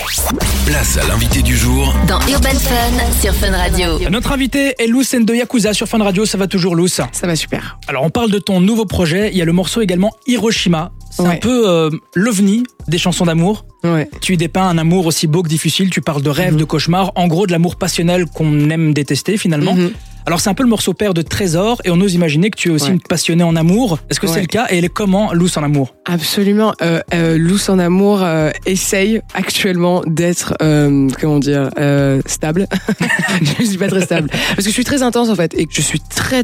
Place à l'invité du jour dans Urban Fun sur Fun Radio. Notre invité est Loose & Yakuza sur Fun Radio. Ça va toujours, Loose? Ça va super. Alors, on parle de ton nouveau projet. Il y a le morceau également Hiroshima. C'est un peu l'ovni des chansons d'amour. Ouais. Tu y dépeins un amour aussi beau que difficile. Tu parles de rêve, de cauchemar. En gros, de l'amour passionnel qu'on aime détester finalement. Alors, c'est un peu le morceau père de Trésor. Et on ose imaginer que tu es aussi une passionnée en amour. Est-ce que c'est le cas? Et elle est comment, Loose en amour? Absolument. Loose en amour essaye actuellement d'être, stable. Je suis pas très stable. Parce que je suis très intense en fait. Et que je suis très,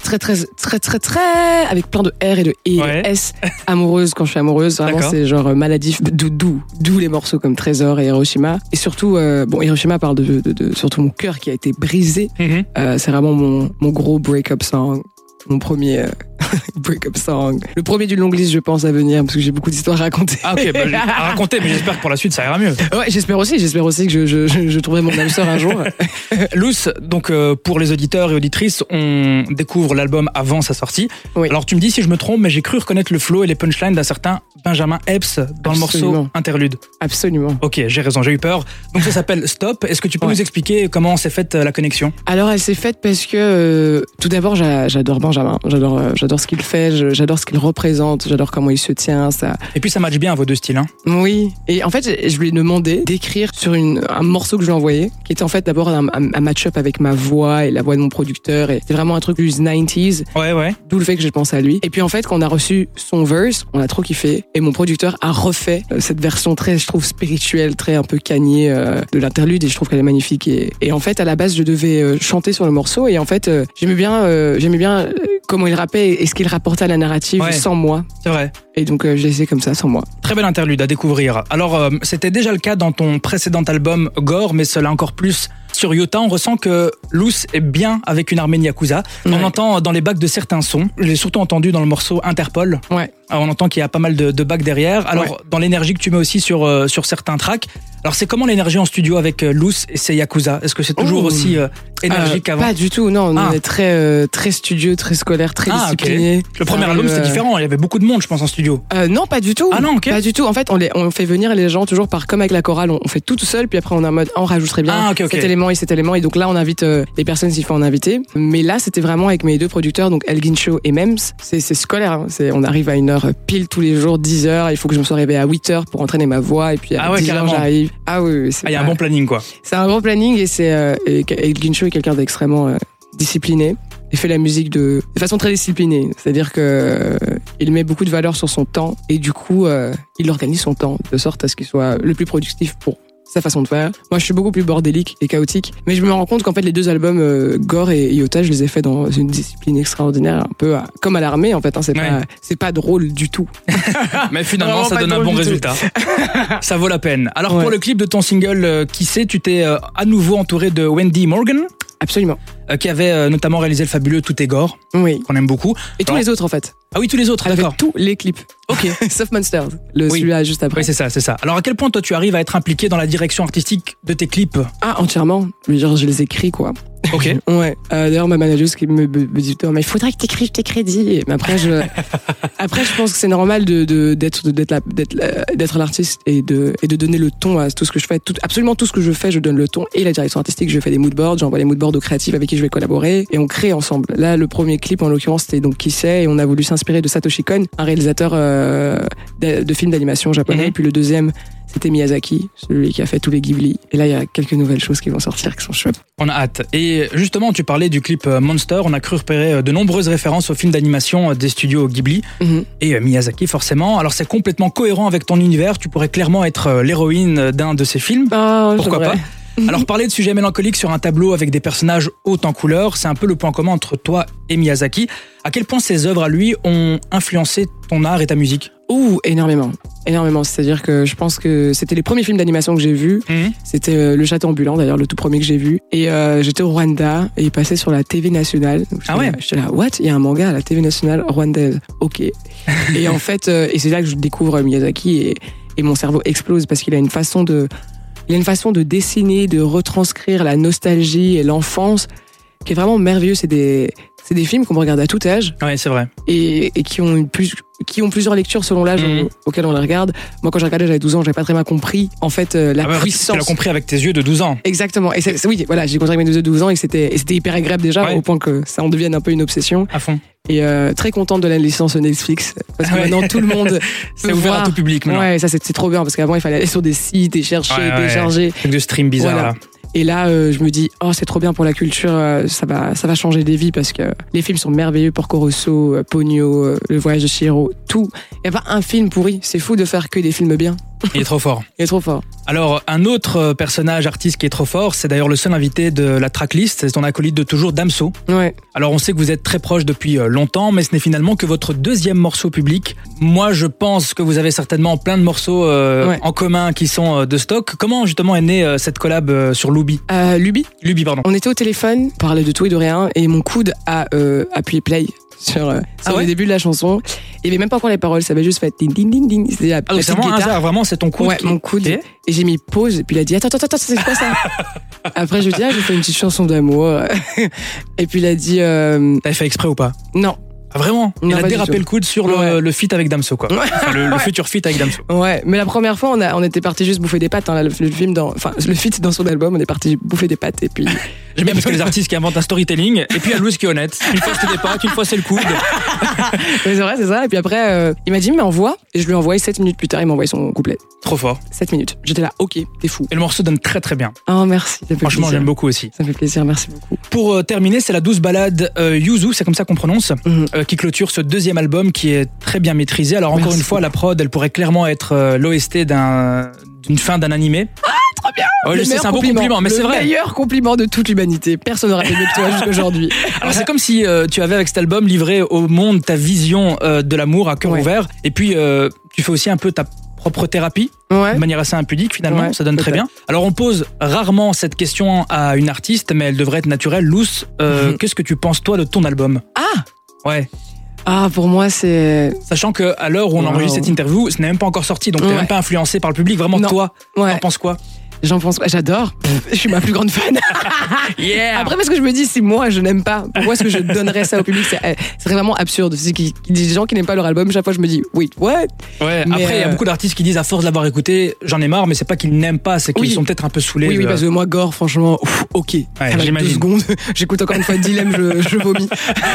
avec plein de R et de E et de S, amoureuse quand je suis amoureuse. Vraiment, c'est genre maladif. D'où les morceaux comme Trésor et Hiroshima. Et surtout, Hiroshima parle de surtout mon cœur qui a été brisé. C'est vraiment mon gros break-up song. Mon premier break-up song. Le premier d'une longue liste, je pense, à venir, parce que j'ai beaucoup d'histoires à raconter. Ah ok, à raconter, mais j'espère que pour la suite, ça ira mieux. Ouais, j'espère aussi que je trouverai mon âme sœur un jour. Loose, donc pour les auditeurs et auditrices, on découvre l'album avant sa sortie. Oui. Alors tu me dis si je me trompe, mais j'ai cru reconnaître le flow et les punchlines d'un certain Benjamin Epps dans le morceau Interlude. Absolument. Ok, j'ai raison, j'ai eu peur. Donc ça s'appelle Stop. Est-ce que tu peux nous expliquer comment s'est faite la connexion? Alors elle s'est faite parce que tout d'abord j'adore Benjamin, j'adore ce qu'il fait, j'adore ce qu'il représente, j'adore comment il se tient. Ça. Et puis ça matche bien vos deux styles. Hein. Oui, et en fait je lui ai demandé d'écrire sur un morceau que je lui ai envoyé, qui était en fait d'abord un match-up avec ma voix et la voix de mon producteur, et c'était vraiment un truc plus 90s. Ouais. D'où le fait que j'ai pensé à lui. Et puis en fait quand on a reçu son verse, on a trop kiffé, et mon producteur a refait cette version très, je trouve, spirituelle, très un peu cagnée de l'interlude, et je trouve qu'elle est magnifique. Et en fait à la base je devais chanter sur le morceau, et en fait j'aimais bien comment il rappait et ce qu'il rapportait à la narrative sans moi. C'est vrai. Et donc je l'ai laissé comme ça, sans moi. Très belle interlude à découvrir. Alors c'était déjà le cas dans ton précédent album Gore, mais cela encore plus sur Yota. On ressent que Loose est bien avec une armée Yakuza. On entend dans les bacs de certains sons. Je l'ai surtout entendu dans le morceau Interpol. Ouais. Alors, on entend qu'il y a pas mal de bacs derrière. Alors dans l'énergie que tu mets aussi sur certains tracks. Alors c'est comment l'énergie en studio avec Loose et ses Yakuza? Est-ce que c'est toujours aussi énergique qu'avant? Pas du tout, non. On est très studieux, très scolaire, très discipliné. Okay. Le premier album c'était différent. Il y avait beaucoup de monde, je pense, en studio. Non, pas du tout. Ah non, ok. Pas du tout. En fait, on fait venir les gens toujours comme avec la chorale, on fait tout seul, puis après on est en mode on rajouterait bien cet élément et cet élément, et donc là on invite les personnes s'il faut en inviter. Mais là c'était vraiment avec mes deux producteurs, donc Elgin Show et Mems. C'est scolaire. Hein. On arrive à une heure pile tous les jours, 10h. Il faut que je me sois réveillé à 8h pour entraîner ma voix, et puis à 10h j'arrive. Ah oui. Il y a un bon planning quoi. C'est un bon planning, et Elgin Show est quelqu'un d'extrêmement discipliné. Il fait la musique de façon très disciplinée, c'est-à-dire que il met beaucoup de valeur sur son temps, et du coup il organise son temps de sorte à ce qu'il soit le plus productif pour sa façon de faire. Moi je suis beaucoup plus bordélique et chaotique, mais je me rends compte qu'en fait les deux albums Gore et Yota, je les ai faits dans une discipline extraordinaire, un peu comme à l'armée en fait. Hein, c'est pas drôle du tout. Mais finalement ça donne un bon résultat. Ça vaut la peine. Alors pour le clip de ton single Qui sait, tu t'es à nouveau entouré de Wendy Morgan. Absolument. Qui avait notamment réalisé le fabuleux Tout est gore, qu'on aime beaucoup. Et tous les autres en fait. Ah oui, tous les autres, d'accord. Tous les clips. Ok. Sauf Monsters, celui-là juste après. Oui, c'est ça. Alors à quel point toi tu arrives à être impliqué dans la direction artistique de tes clips? Ah, entièrement. Je les écris quoi. Ok. Ouais. D'ailleurs ma manageuse qui me dit mais il faudrait que t'écrives tes crédits. Mais après je pense que c'est normal d'être l'artiste et de donner le ton à tout ce que je fais. Absolument tout ce que je fais, je donne le ton et la direction artistique. Je fais des moodboards, j'envoie les moodboards aux créatifs avec qui je vais collaborer, et on crée ensemble. Là le premier clip en l'occurrence c'était donc Qui sait, et on a voulu s'inspirer de Satoshi Kon, un réalisateur de films d'animation japonais. Puis le deuxième c'était Miyazaki, celui qui a fait tous les Ghibli. Et là, il y a quelques nouvelles choses qui vont sortir, qui sont chouettes. On a hâte. Et justement, tu parlais du clip Monster. On a cru repérer de nombreuses références aux films d'animation des studios Ghibli. Et Miyazaki, forcément. Alors, c'est complètement cohérent avec ton univers. Tu pourrais clairement être l'héroïne d'un de ces films. Pourquoi pas? Alors, parler de sujets mélancoliques sur un tableau avec des personnages hauts en couleurs, c'est un peu le point commun entre toi et Miyazaki. À quel point ces œuvres à lui ont influencé ton art et ta musique? Énormément. C'est-à-dire que je pense que c'était les premiers films d'animation que j'ai vus. C'était Le Château Ambulant, d'ailleurs, le tout premier que j'ai vu. Et j'étais au Rwanda, et il passait sur la TV nationale. Donc, j'étais là, what? Il y a un manga à la TV nationale rwandaise. Ok. Et en fait, et c'est là que je découvre Miyazaki, et mon cerveau explose, parce qu'il a une façon de dessiner, de retranscrire la nostalgie et l'enfance qui est vraiment merveilleux. C'est des c'est des films qu'on peut regarder à tout âge. Ouais, c'est vrai. Et qui ont plusieurs lectures selon l'âge auquel on les regarde. Moi, quand j'ai regardé, j'avais 12 ans, j'avais pas très bien compris, en fait, la puissance. Tu l'as compris avec tes yeux de 12 ans. Exactement. Et oui, voilà, j'ai compris avec mes yeux de 12 ans et c'était hyper agréable déjà, au point que ça en devienne un peu une obsession. À fond. Et très contente de la licence Netflix, parce que maintenant tout le monde c'est ouvert à tout public maintenant. Ouais, ça c'est trop bien, parce qu'avant il fallait aller sur des sites et chercher, télécharger. Truc de stream bizarre. Voilà. Là. Et là, je me dis, c'est trop bien pour la culture, ça va changer des vies, parce que les films sont merveilleux, Porco Rosso, Ponyo, Le Voyage de Chihiro, tout. Il n'y a pas un film pourri, c'est fou de faire que des films bien. Il est trop fort. Il est trop fort. Alors, un autre personnage artiste qui est trop fort, c'est d'ailleurs le seul invité de la tracklist, c'est ton acolyte de toujours, Damso. Ouais. Alors, on sait que vous êtes très proches depuis longtemps, mais ce n'est finalement que votre deuxième morceau public. Moi, je pense que vous avez certainement plein de morceaux en commun qui sont de stock. Comment, justement, est née cette collab sur Luby ? Luby, pardon. On était au téléphone, on parlait de tout et de rien, et mon coude a appuyé play sur le début de la chanson. Il n'y avait même pas encore les paroles, ça avait juste fait ding ding ding ding. C'était la petite c'est vraiment guitare. hasard, vraiment, c'est ton coude. Ouais, mon coude. Et j'ai mis pause, et puis il a dit attends, c'est quoi ça? Après, je lui ai dit, j'ai fait une petite chanson d'amour. Et puis il a dit. T'avais fait exprès ou pas? Non. Ah, vraiment? Non, il a dérapé le coude sur le feat avec Damso, quoi. Enfin, le futur feat avec Damso. Ouais, mais la première fois, on était parti juste bouffer des pâtes. Hein, le feat dans son album, on est parti bouffer des pâtes, et puis. J'aime bien parce que les artistes qui inventent un storytelling, et puis il y a Louis qui est honnête. Une fois c'est des pâtes, une fois c'est le coude. Mais c'est vrai, c'est ça. Et puis après, il m'a dit, mais envoie. Et je lui ai envoyé 7 minutes plus tard, il m'a envoyé son couplet. Trop fort. 7 minutes. J'étais là, ok, t'es fou. Et le morceau donne très très bien. Oh, merci. Franchement, j'aime beaucoup aussi. Ça me fait plaisir, merci beaucoup. Pour terminer, c'est la douce balade Yuzu, c'est comme ça qu'on prononce, qui clôture ce deuxième album qui est très bien maîtrisé. Alors encore une fois, la prod, elle pourrait clairement être l'OST d'une fin d'un animé. Trop bien. Je sais, c'est un beau compliment, mais c'est vrai. Le meilleur compliment de toute l'humanité. Personne n'aurait fait mieux que toi jusqu'aujourd'hui. Alors c'est comme si tu avais avec cet album livré au monde ta vision de l'amour à cœur ouvert, et puis tu fais aussi un peu ta propre thérapie, de manière assez impudique finalement, ça donne très bien. Alors on pose rarement cette question à une artiste, mais elle devrait être naturelle. Luce, qu'est-ce que tu penses toi de ton album? Ouais. Pour moi, c'est... Sachant qu'à l'heure où on enregistre cette interview, ce n'est même pas encore sorti, donc t'es même pas influencé par le public. Vraiment, toi, t'en penses quoi? J'en pense pas, j'adore. Je suis ma plus grande fan. Yeah. Après, parce que je me dis, si moi je n'aime pas, pourquoi est-ce que je donnerais ça au public? C'est vraiment absurde. C'est des gens qui n'aiment pas leur album, chaque fois je me dis, wait, what? Ouais, mais après, il y a beaucoup d'artistes qui disent, à force de l'avoir écouté, j'en ai marre, mais c'est pas qu'ils n'aiment pas, c'est qu'ils sont peut-être un peu saoulés. Oui, parce que moi, Gore, franchement, ok. J'imagine. 2 secondes, j'écoute encore une fois Dilemme, je vomis.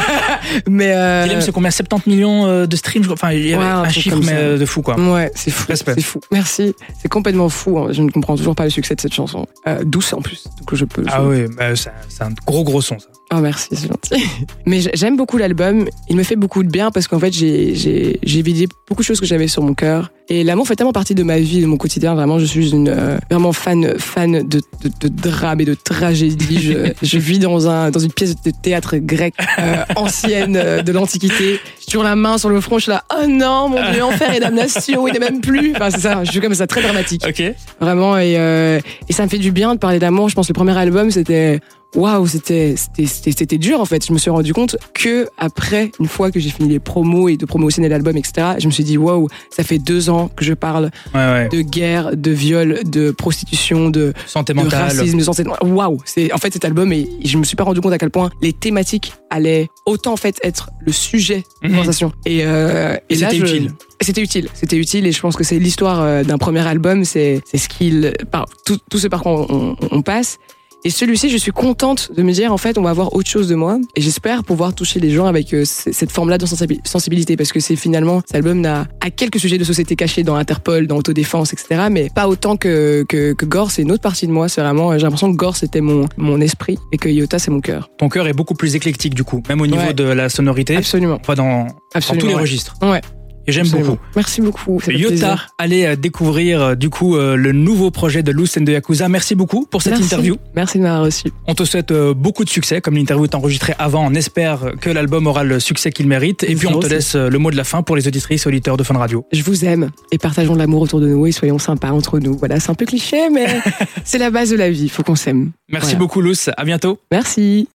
Mais Dilemme, c'est combien? 70 millions de streams? Enfin, il y a un chiffre, mais de fou, quoi. Ouais, c'est fou. Respect. C'est fou. Merci. C'est complètement fou. Hein. Je ne comprends toujours pas le succès de cette chanson. Douce en plus, donc je peux. Oui, c'est un gros son ça. Oh merci, c'est gentil. Mais j'aime beaucoup l'album. Il me fait beaucoup de bien parce qu'en fait j'ai vidé beaucoup de choses que j'avais sur mon cœur. Et l'amour fait tellement partie de ma vie, de mon quotidien. Vraiment, je suis une vraiment fan de drame et de tragédie. Je vis dans une pièce de théâtre grec ancienne de l'Antiquité. J'ai toujours la main sur le front. Je suis là, oh non, mon Dieu, enfer et damnation, il n'est même plus. Enfin c'est ça. Je suis comme ça, très dramatique. Ok. Vraiment et ça me fait du bien de parler d'amour. Je pense que le premier album c'était waouh, c'était dur en fait. Je me suis rendu compte que après, une fois que j'ai fini les promos et de promotionner l'album, etc., je me suis dit waouh, ça fait 2 ans que je parle de guerre, de viol, de prostitution, de santé mentale, racisme, de santé. Waouh, c'est en fait cet album et je me suis pas rendu compte à quel point les thématiques allaient autant en fait être le sujet de conversation. Et là, c'était utile. C'était utile et je pense que c'est l'histoire d'un premier album, c'est ce tout ce par quoi on passe. Et celui-ci, je suis contente de me dire, en fait, on va avoir autre chose de moi. Et j'espère pouvoir toucher les gens avec cette forme-là de sensibilité. Parce que c'est finalement, cet album a quelques sujets de société cachés dans Interpol, dans Autodéfense, etc. Mais pas autant que Gore, c'est une autre partie de moi. C'est vraiment, j'ai l'impression que Gore, c'était mon esprit. Et que Iota, c'est mon cœur. Ton cœur est beaucoup plus éclectique, du coup. Même au niveau de la sonorité. Absolument. Pas dans tous les registres. Ouais. Et j'aime beaucoup. Merci beaucoup. Iota, allez découvrir du coup le nouveau projet de Luce and the Yakuza. Merci beaucoup pour cette interview. Merci de m'avoir reçu. On te souhaite beaucoup de succès. Comme l'interview est enregistrée avant, on espère que l'album aura le succès qu'il mérite. Et puis on te laisse le mot de la fin pour les auditrices et auditeurs de Fun Radio. Je vous aime et partageons l'amour autour de nous et soyons sympas entre nous. Voilà, c'est un peu cliché, mais c'est la base de la vie. Il faut qu'on s'aime. Merci beaucoup Luce. À bientôt. Merci.